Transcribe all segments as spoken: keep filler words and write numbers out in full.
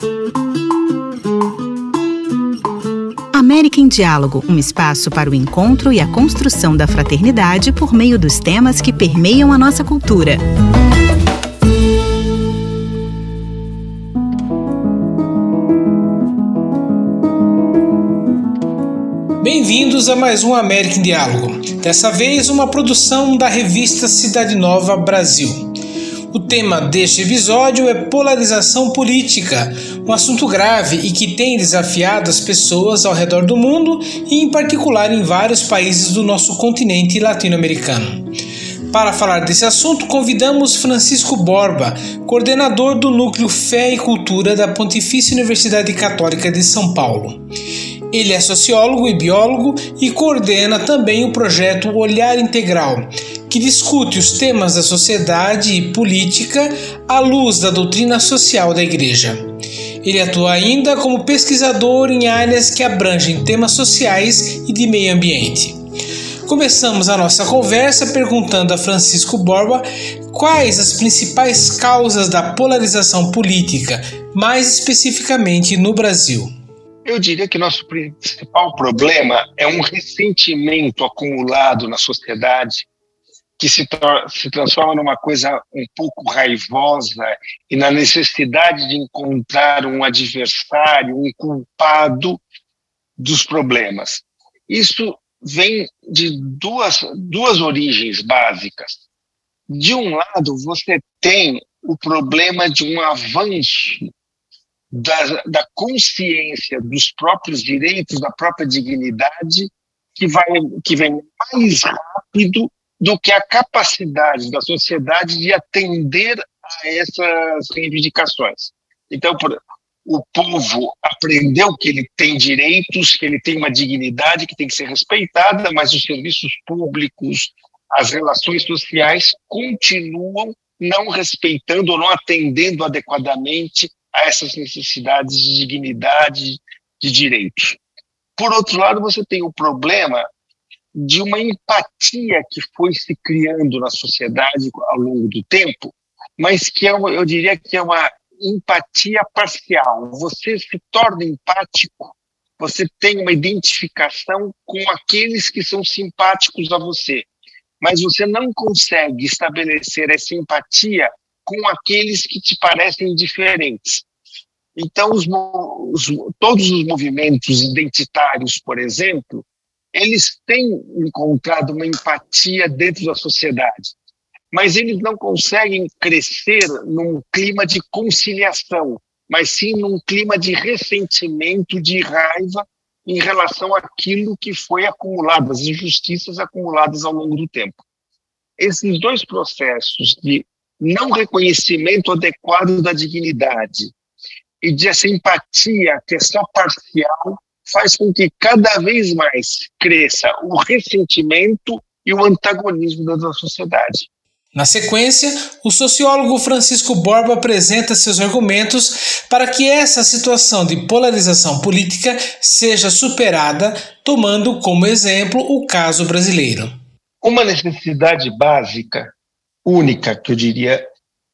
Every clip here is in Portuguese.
América em Diálogo, um espaço para o encontro e a construção da fraternidade por meio dos temas que permeiam a nossa cultura. Bem-vindos a mais um América em Diálogo. Dessa vez, uma produção da revista Cidade Nova Brasil. O tema deste episódio é polarização política, um assunto grave e que tem desafiado as pessoas ao redor do mundo e, em particular, em vários países do nosso continente latino-americano. Para falar desse assunto, convidamos Francisco Borba, coordenador do Núcleo Fé e Cultura da Pontifícia Universidade Católica de São Paulo. Ele é sociólogo e biólogo e coordena também o projeto Olhar Integral, que discute os temas da sociedade e política à luz da doutrina social da Igreja. Ele atua ainda como pesquisador em áreas que abrangem temas sociais e de meio ambiente. Começamos a nossa conversa perguntando a Francisco Borba quais as principais causas da polarização política, mais especificamente no Brasil. Eu diria que nosso principal problema é um ressentimento acumulado na sociedade que se, tra- se transforma numa coisa um pouco raivosa e na necessidade de encontrar um adversário, um culpado dos problemas. Isso vem de duas, duas origens básicas. De um lado, você tem o problema de um avanço Da, da consciência dos próprios direitos, da própria dignidade, que, vai, que vem mais rápido do que a capacidade da sociedade de atender a essas reivindicações. Então, por, o povo aprendeu que ele tem direitos, que ele tem uma dignidade que tem que ser respeitada, mas os serviços públicos, as relações sociais continuam não respeitando ou não atendendo adequadamente a essas necessidades de dignidade, de direitos. Por outro lado, você tem o problema de uma empatia que foi se criando na sociedade ao longo do tempo, mas que é uma, eu diria que é uma empatia parcial. Você se torna empático, você tem uma identificação com aqueles que são simpáticos a você, mas você não consegue estabelecer essa empatia com aqueles que te parecem diferentes. Então, os, os, todos os movimentos identitários, por exemplo, eles têm encontrado uma empatia dentro da sociedade, mas eles não conseguem crescer num clima de conciliação, mas sim num clima de ressentimento, de raiva em relação àquilo que foi acumulado, as injustiças acumuladas ao longo do tempo. Esses dois processos de não reconhecimento adequado da dignidade e de essa empatia que é só parcial faz com que cada vez mais cresça o ressentimento e o antagonismo da sociedade. Na sequência, o sociólogo Francisco Borba apresenta seus argumentos para que essa situação de polarização política seja superada, tomando como exemplo o caso brasileiro. Uma necessidade básica, única, que eu diria,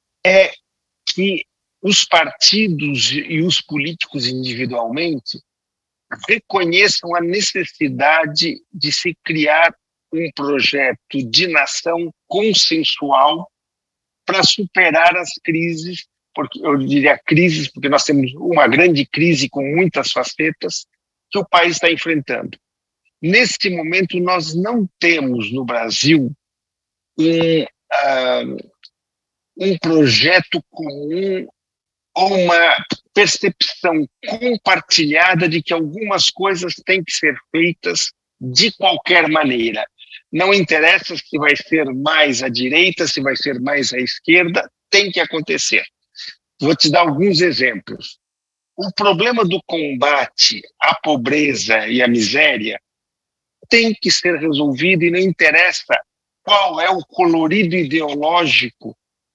é que os partidos e os políticos individualmente reconheçam a necessidade de se criar um projeto de nação consensual para superar as crises, porque eu diria crises, porque nós temos uma grande crise com muitas facetas que o país está enfrentando. Neste momento, nós não temos no Brasil um, uh, um projeto comum ou uma percepção compartilhada de que algumas coisas têm que ser feitas de qualquer maneira. Não interessa se vai ser mais à direita, se vai ser mais à esquerda, tem que acontecer. Vou te dar alguns exemplos. O problema do combate à pobreza e à miséria tem que ser resolvido e não interessa qual é o colorido ideológico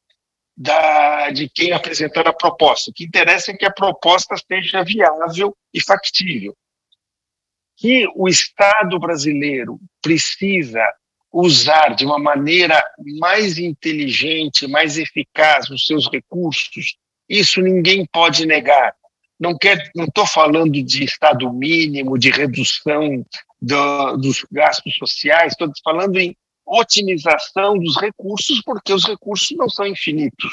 da, de quem apresentar a proposta. O que interessa é que a proposta seja viável e factível. Que o Estado brasileiro precisa usar de uma maneira mais inteligente, mais eficaz os seus recursos, isso ninguém pode negar. não quer, não estou falando de Estado mínimo, de redução do, dos gastos sociais, estou falando em otimização dos recursos, porque os recursos não são infinitos.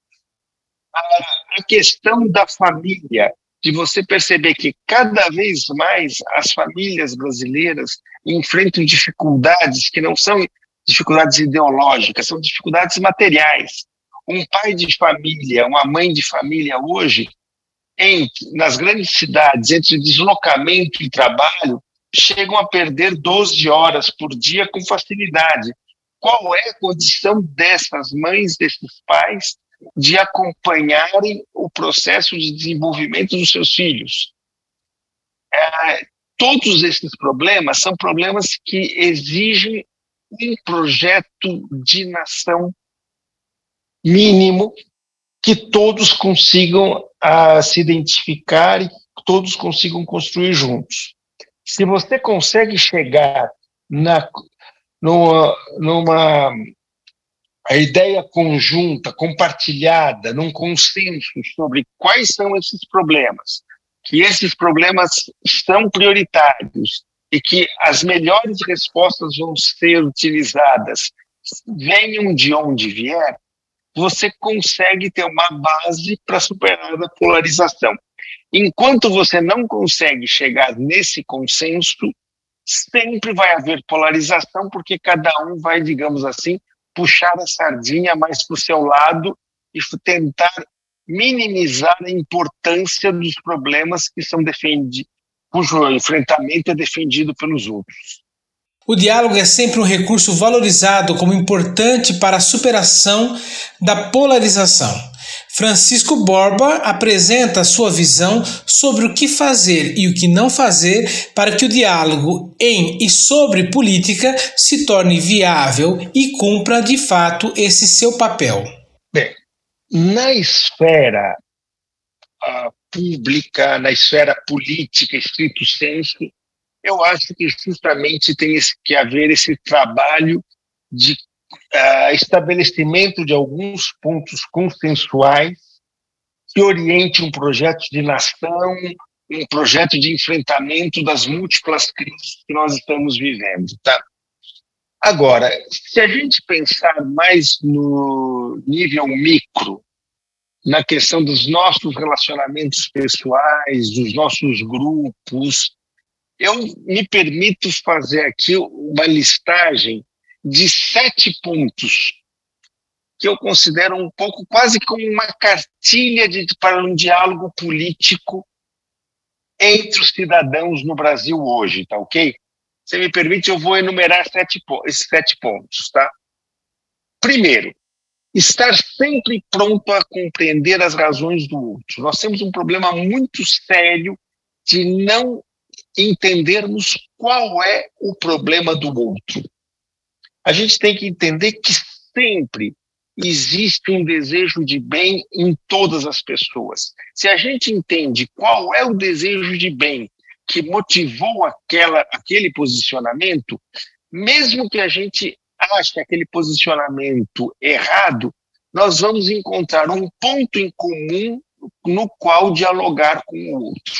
A, a questão da família, de você perceber que cada vez mais as famílias brasileiras enfrentam dificuldades que não são dificuldades ideológicas, são dificuldades materiais. Um pai de família, uma mãe de família hoje, entre, nas grandes cidades, entre deslocamento e trabalho, chegam a perder doze horas por dia com facilidade. Qual é a condição dessas mães, desses pais, de acompanharem o processo de desenvolvimento dos seus filhos? É, todos esses problemas são problemas que exigem um projeto de nação mínimo que todos consigam uh, se identificar e todos consigam construir juntos. Se você consegue chegar na, numa, numa a ideia conjunta, compartilhada, num consenso sobre quais são esses problemas, que esses problemas são prioritários e que as melhores respostas vão ser utilizadas, venham de onde vier, você consegue ter uma base para superar a polarização. Enquanto você não consegue chegar nesse consenso, sempre vai haver polarização, porque cada um vai, digamos assim, puxar a sardinha mais para o seu lado e tentar minimizar a importância dos problemas que são defendidos, cujo enfrentamento é defendido pelos outros. O diálogo é sempre um recurso valorizado como importante para a superação da polarização. Francisco Borba apresenta sua visão sobre o que fazer e o que não fazer para que o diálogo em e sobre política se torne viável e cumpra de fato esse seu papel. Bem, na esfera uh, pública, na esfera política, estrito sensu, eu acho que justamente tem esse, que haver esse trabalho de uh, estabelecimento de alguns pontos consensuais que oriente um projeto de nação, um projeto de enfrentamento das múltiplas crises que nós estamos vivendo. Tá? Agora, se a gente pensar mais no nível micro, na questão dos nossos relacionamentos pessoais, dos nossos grupos, eu me permito fazer aqui uma listagem de sete pontos que eu considero um pouco quase como uma cartilha de, para um diálogo político entre os cidadãos no Brasil hoje, tá ok? Se me permite, eu vou enumerar sete, esses sete pontos, tá? Primeiro, estar sempre pronto a compreender as razões do outro. Nós temos um problema muito sério de não entendermos qual é o problema do outro. A gente tem que entender que sempre existe um desejo de bem em todas as pessoas. Se a gente entende qual é o desejo de bem que motivou aquela, aquele posicionamento, mesmo que a gente ache aquele posicionamento errado, nós vamos encontrar um ponto em comum no qual dialogar com o outro.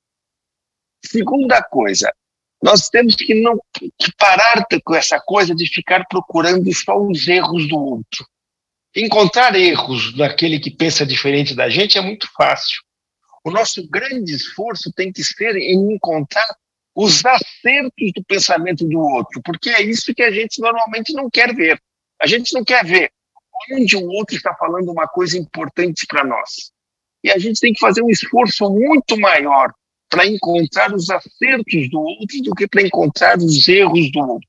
Segunda coisa, nós temos que, não, que parar com essa coisa de ficar procurando só os erros do outro. Encontrar erros daquele que pensa diferente da gente é muito fácil. O nosso grande esforço tem que ser em encontrar os acertos do pensamento do outro, porque é isso que a gente normalmente não quer ver. A gente não quer ver onde o outro está falando uma coisa importante para nós. E a gente tem que fazer um esforço muito maior para encontrar os acertos do outro do que para encontrar os erros do outro.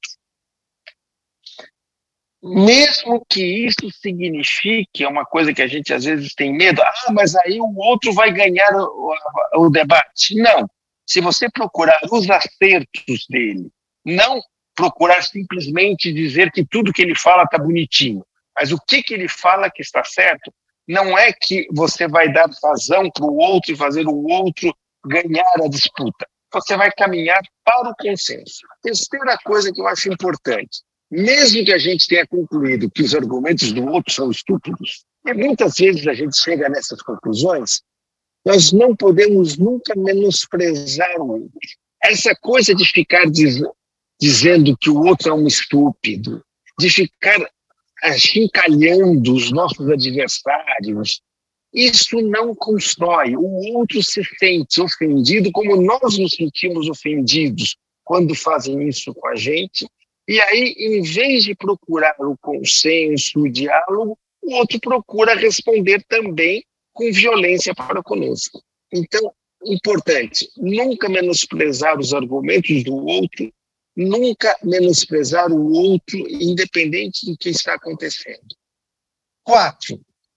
Mesmo que isso signifique, é uma coisa que a gente às vezes tem medo, ah, mas aí o outro vai ganhar o, o, o debate. Não. Se você procurar os acertos dele, não procurar simplesmente dizer que tudo que ele fala está bonitinho, mas o que, que ele fala que está certo, não é que você vai dar razão para o outro e fazer o outro ganhar a disputa. Você vai caminhar para o consenso. Terceira coisa que eu acho importante, mesmo que a gente tenha concluído que os argumentos do outro são estúpidos, e muitas vezes a gente chega nessas conclusões, Nós não podemos nunca menosprezar o outro. Essa coisa de ficar diz, dizendo que o outro é um estúpido, de ficar achincalhando os nossos adversários, isso não constrói. O outro se sente ofendido como nós nos sentimos ofendidos quando fazem isso com a gente. E aí, em vez de procurar o consenso, o diálogo, o outro procura responder também com violência para conosco. Então, importante, nunca menosprezar os argumentos do outro, nunca menosprezar o outro, independente do que está acontecendo. Quatro,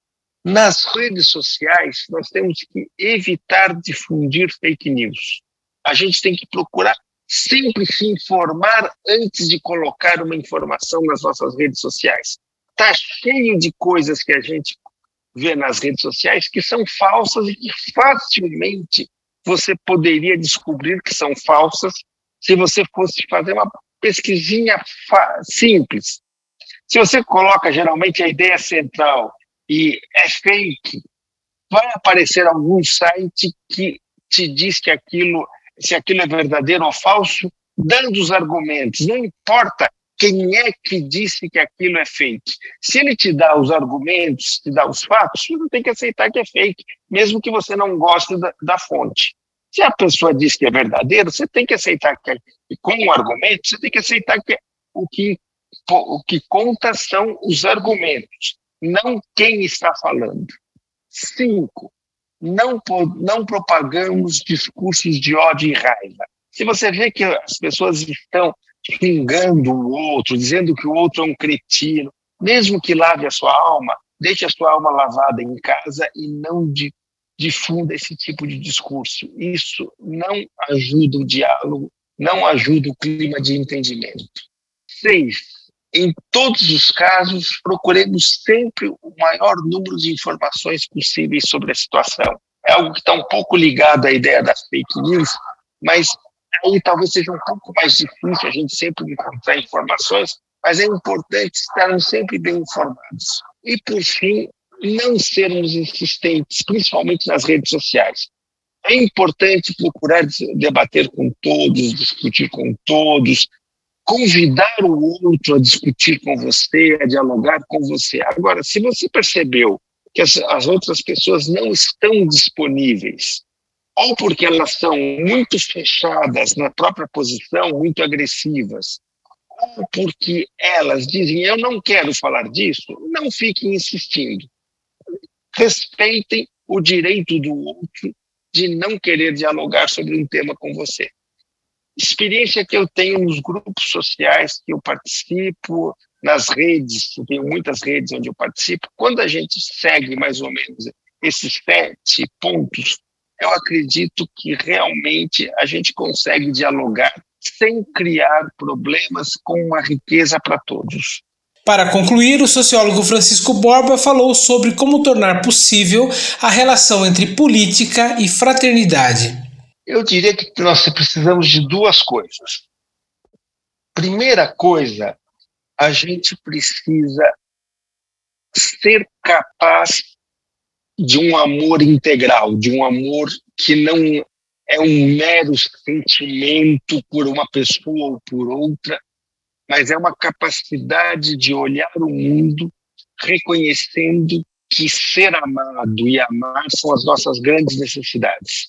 nas redes sociais, nós temos que evitar difundir fake news. A gente tem que procurar sempre se informar antes de colocar uma informação nas nossas redes sociais. Está cheio de coisas que a gente vê nas redes sociais que são falsas e que facilmente você poderia descobrir que são falsas se você fosse fazer uma pesquisinha simples. Se você coloca geralmente a ideia central e é fake, vai aparecer algum site que te diz que aquilo, se aquilo é verdadeiro ou falso, dando os argumentos. Não importa quem é que disse que aquilo é fake. Se ele te dá os argumentos, te dá os fatos, você tem que aceitar que é fake, mesmo que você não goste da, da fonte. Se a pessoa diz que é verdadeiro, você tem que aceitar que é, e com o argumento, você tem que aceitar que é, o, que, o que conta são os argumentos, não quem está falando. Cinco, não, não propagamos discursos de ódio e raiva. Se você vê que as pessoas estão xingando o outro, dizendo que o outro é um cretino, mesmo que lave a sua alma, deixe a sua alma lavada em casa e não de, difunda esse tipo de discurso. Isso não ajuda o diálogo, não ajuda o clima de entendimento. Seis, em todos os casos, procuremos sempre o maior número de informações possíveis sobre a situação. É algo que está um pouco ligado à ideia das fake news, mas aí talvez seja um pouco mais difícil a gente sempre encontrar informações, mas é importante estarmos sempre bem informados. E, por fim, não sermos insistentes, principalmente nas redes sociais. É importante procurar debater com todos, discutir com todos, convidar o outro a discutir com você, a dialogar com você. Agora, se você percebeu que as, as outras pessoas não estão disponíveis, ou porque elas são muito fechadas na própria posição, muito agressivas, ou porque elas dizem, eu não quero falar disso, não fiquem insistindo. Respeitem o direito do outro de não querer dialogar sobre um tema com você. Experiência que eu tenho nos grupos sociais que eu participo, nas redes, eu tenho muitas redes onde eu participo, quando a gente segue mais ou menos esses sete pontos, eu acredito que realmente a gente consegue dialogar sem criar problemas com uma riqueza para todos. Para concluir, o sociólogo Francisco Borba falou sobre como tornar possível a relação entre política e fraternidade. Eu diria que nós precisamos de duas coisas. Primeira coisa, a gente precisa ser capaz de um amor integral, de um amor que não é um mero sentimento por uma pessoa ou por outra, mas é uma capacidade de olhar o mundo reconhecendo que ser amado e amar são as nossas grandes necessidades.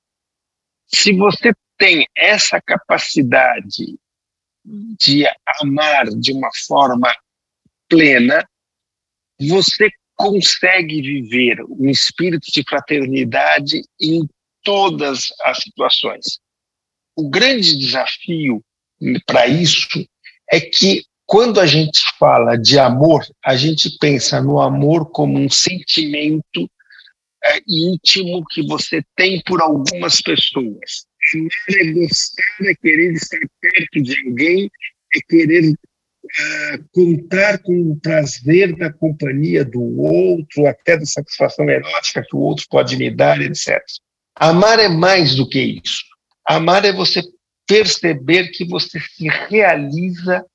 Se você tem essa capacidade de amar de uma forma plena, você consegue viver um espírito de fraternidade em todas as situações. O grande desafio para isso é que, quando a gente fala de amor, a gente pensa no amor como um sentimento é, íntimo que você tem por algumas pessoas. É gostar, é querer estar perto de alguém, é querer Uh, contar com o prazer da companhia do outro, até da satisfação erótica que o outro pode me dar, etcétera. Amar é mais do que isso. Amar é você perceber que você se realiza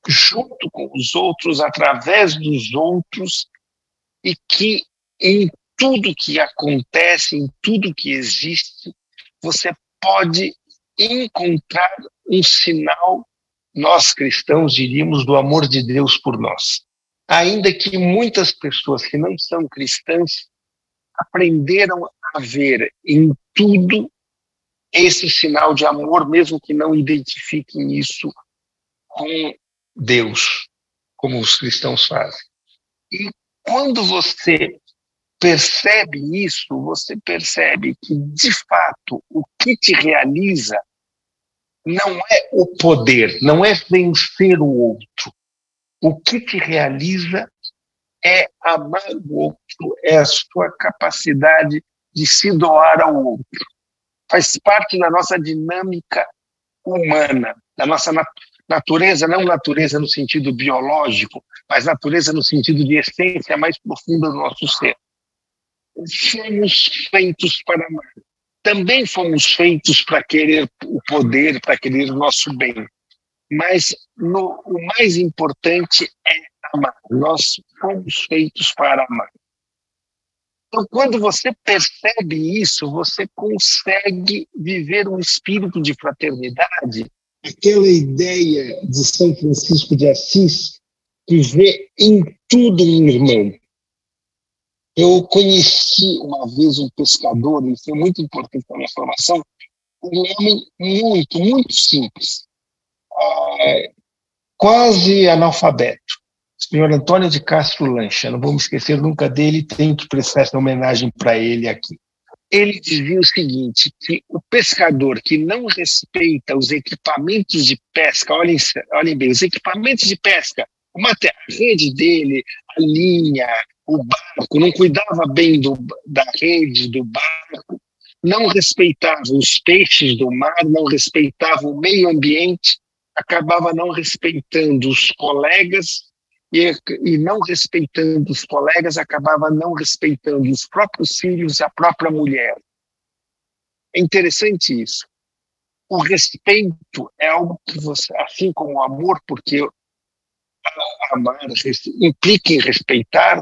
junto com os outros, através dos outros, e que em tudo que acontece, em tudo que existe, você pode encontrar um sinal, nós cristãos diríamos, do amor de Deus por nós. Ainda que muitas pessoas que não são cristãs aprenderam a ver em tudo esse sinal de amor, mesmo que não identifiquem isso com Deus, como os cristãos fazem. E quando você percebe isso, você percebe que, de fato, o que te realiza não é o poder, não é vencer o outro. O que te realiza é amar o outro, é a sua capacidade de se doar ao outro. Faz parte da nossa dinâmica humana, da nossa nat- natureza, não natureza no sentido biológico, mas natureza no sentido de essência mais profunda do nosso ser. Fomos feitos para amar. Também fomos feitos para querer o poder, para querer o nosso bem. Mas no, o mais importante é amar. Nós fomos feitos para amar. Então, quando você percebe isso, você consegue viver um espírito de fraternidade, aquela ideia de São Francisco de Assis, que vê em tudo um irmão. Eu conheci uma vez um pescador, ele foi muito importante para a minha formação, um homem muito, muito simples, é, quase analfabeto, senhor Antônio de Castro Lancha, não vou me esquecer nunca dele, tenho que prestar essa homenagem para ele aqui. Ele dizia o seguinte, que o pescador que não respeita os equipamentos de pesca, olhem, olhem bem, os equipamentos de pesca, uma a rede dele, a linha, o barco, não cuidava bem do, da rede, do barco, não respeitava os peixes do mar, não respeitava o meio ambiente, acabava não respeitando os colegas e, e não respeitando os colegas, acabava não respeitando os próprios filhos e a própria mulher. É interessante isso. O respeito é algo que você, assim como o amor, porque amar implica em respeitar,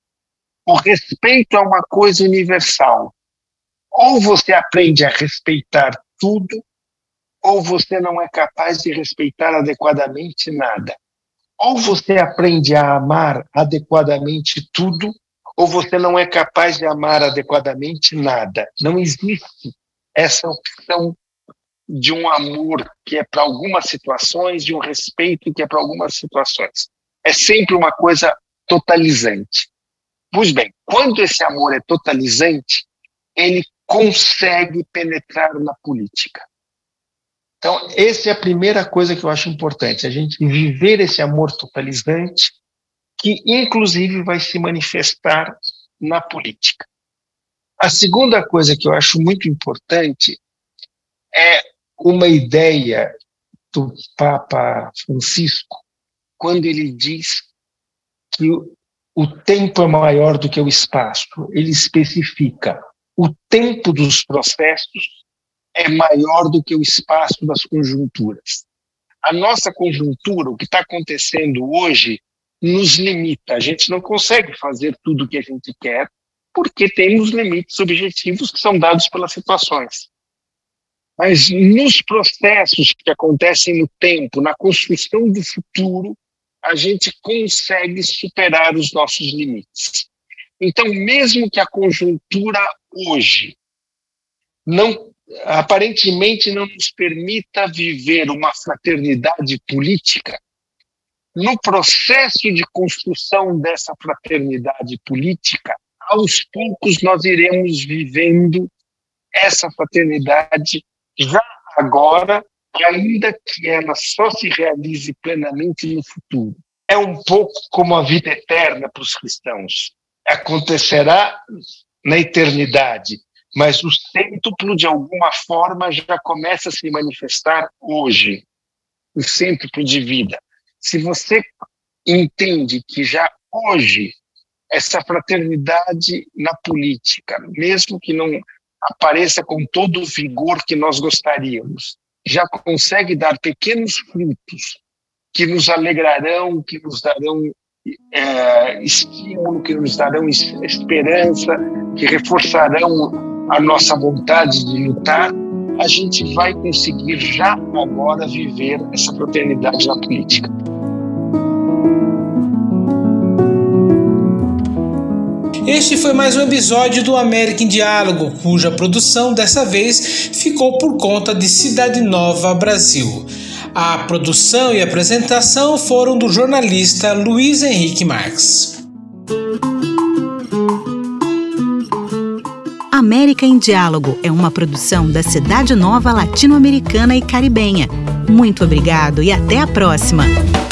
o respeito é uma coisa universal. Ou você aprende a respeitar tudo, ou você não é capaz de respeitar adequadamente nada. Ou você aprende a amar adequadamente tudo, ou você não é capaz de amar adequadamente nada. Não existe essa opção de um amor que é para algumas situações, de um respeito que é para algumas situações. É sempre uma coisa totalizante. Pois bem, quando esse amor é totalizante, ele consegue penetrar na política. Então, essa é a primeira coisa que eu acho importante, a gente viver esse amor totalizante, que inclusive vai se manifestar na política. A segunda coisa que eu acho muito importante é uma ideia do Papa Francisco, quando ele diz que o tempo é maior do que o espaço. Ele especifica: o tempo dos processos é maior do que o espaço das conjunturas. A nossa conjuntura, o que está acontecendo hoje, nos limita. A gente não consegue fazer tudo o que a gente quer, porque temos limites objetivos que são dados pelas situações. Mas nos processos que acontecem no tempo, na construção do futuro, a gente consegue superar os nossos limites. Então, mesmo que a conjuntura hoje não, aparentemente não nos permita viver uma fraternidade política, no processo de construção dessa fraternidade política, aos poucos nós iremos vivendo essa fraternidade já agora, ainda que ela só se realize plenamente no futuro. É um pouco como a vida eterna para os cristãos. Acontecerá na eternidade, mas o cêntuplo, de alguma forma, já começa a se manifestar hoje. O cêntuplo de vida. Se você entende que já hoje essa fraternidade na política, mesmo que não apareça com todo o vigor que nós gostaríamos, já consegue dar pequenos frutos que nos alegrarão, que nos darão é, estímulo, que nos darão esperança, que reforçarão a nossa vontade de lutar, a gente vai conseguir já agora viver essa fraternidade na política. Este foi mais um episódio do América em Diálogo, cuja produção dessa vez ficou por conta de Cidade Nova Brasil. A produção e apresentação foram do jornalista Luiz Henrique Marques. América em Diálogo é uma produção da Cidade Nova Latino-Americana e Caribenha. Muito obrigado e até a próxima!